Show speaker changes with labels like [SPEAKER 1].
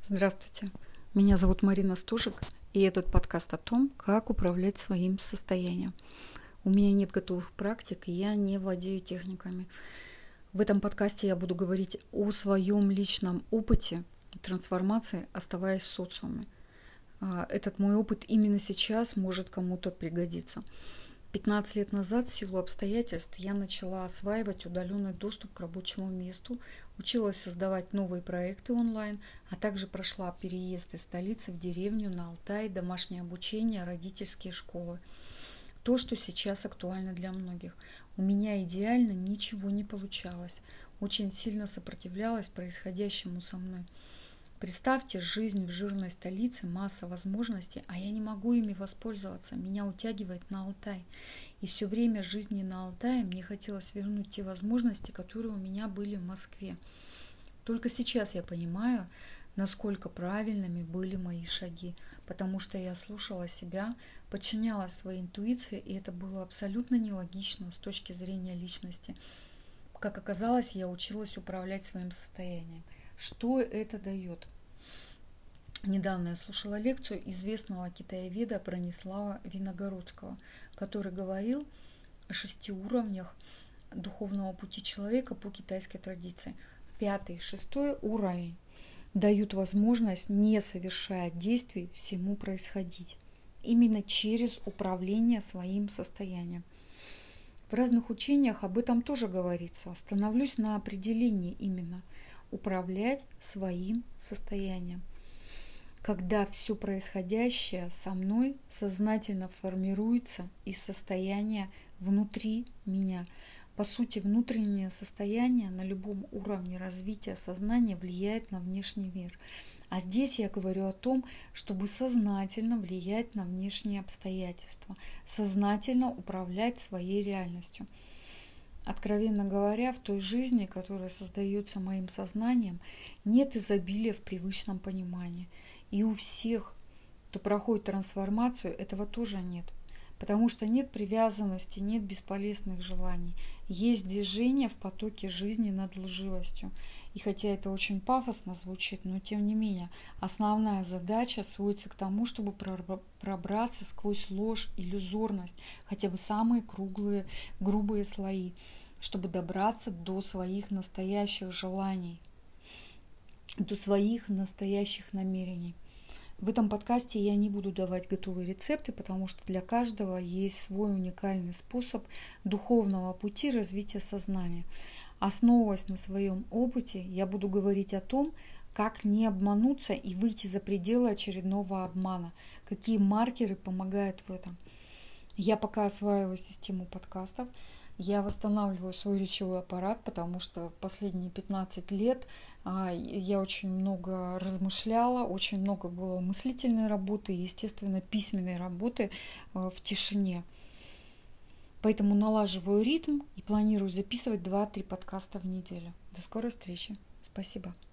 [SPEAKER 1] Здравствуйте, меня зовут Марина Стужик, и этот подкаст о том, как управлять своим состоянием. У меня нет готовых практик, и я не владею техниками. В этом подкасте я буду говорить о своем личном опыте трансформации, оставаясь в социуме. Этот мой опыт именно сейчас может кому-то пригодиться. 15 лет назад, в силу обстоятельств, я начала осваивать удаленный доступ к рабочему месту, училась создавать новые проекты онлайн, а также прошла переезд из столицы в деревню на Алтай, домашнее обучение, родительские школы. То, что сейчас актуально для многих. У меня идеально ничего не получалось. Очень сильно сопротивлялась происходящему со мной. Представьте, жизнь в жирной столице, масса возможностей, а я не могу ими воспользоваться. Меня утягивает на Алтай. И все время жизни на Алтае мне хотелось вернуть те возможности, которые у меня были в Москве. Только сейчас я понимаю, насколько правильными были мои шаги, потому что я слушала себя, подчинялась своей интуиции, и это было абсолютно нелогично с точки зрения личности. Как оказалось, я училась управлять своим состоянием. Что это дает? Недавно я слушала лекцию известного китаеведа Бронислава Виногородского, который говорил о 6 уровнях духовного пути человека по китайской традиции. 5-й, 6-й уровень дают возможность, не совершая действий, всему происходить. Именно через управление своим состоянием. В разных учениях об этом тоже говорится. Остановлюсь на определении именно. Управлять своим состоянием. Когда все происходящее со мной сознательно формируется из состояния внутри меня. По сути, внутреннее состояние на любом уровне развития сознания влияет на внешний мир. А здесь я говорю о том, чтобы сознательно влиять на внешние обстоятельства, сознательно управлять своей реальностью. Откровенно говоря, в той жизни, которая создается моим сознанием, нет изобилия в привычном понимании. И у всех, кто проходит трансформацию, этого тоже нет. Потому что нет привязанности, нет бесполезных желаний. Есть движение в потоке жизни над лживостью. И хотя это очень пафосно звучит, но тем не менее, основная задача сводится к тому, чтобы пробраться сквозь ложь, иллюзорность, хотя бы самые круглые, грубые слои, чтобы добраться до своих настоящих желаний, до своих настоящих намерений. В этом подкасте я не буду давать готовые рецепты, потому что для каждого есть свой уникальный способ духовного пути развития сознания. Основываясь на своем опыте, я буду говорить о том, как не обмануться и выйти за пределы очередного обмана, какие маркеры помогают в этом. Я пока осваиваю систему подкастов, я восстанавливаю свой речевой аппарат, потому что последние 15 лет я очень много размышляла, очень много было мыслительной работы и, естественно, письменной работы в тишине. Поэтому налаживаю ритм и планирую записывать 2-3 подкаста в неделю. До скорой встречи. Спасибо.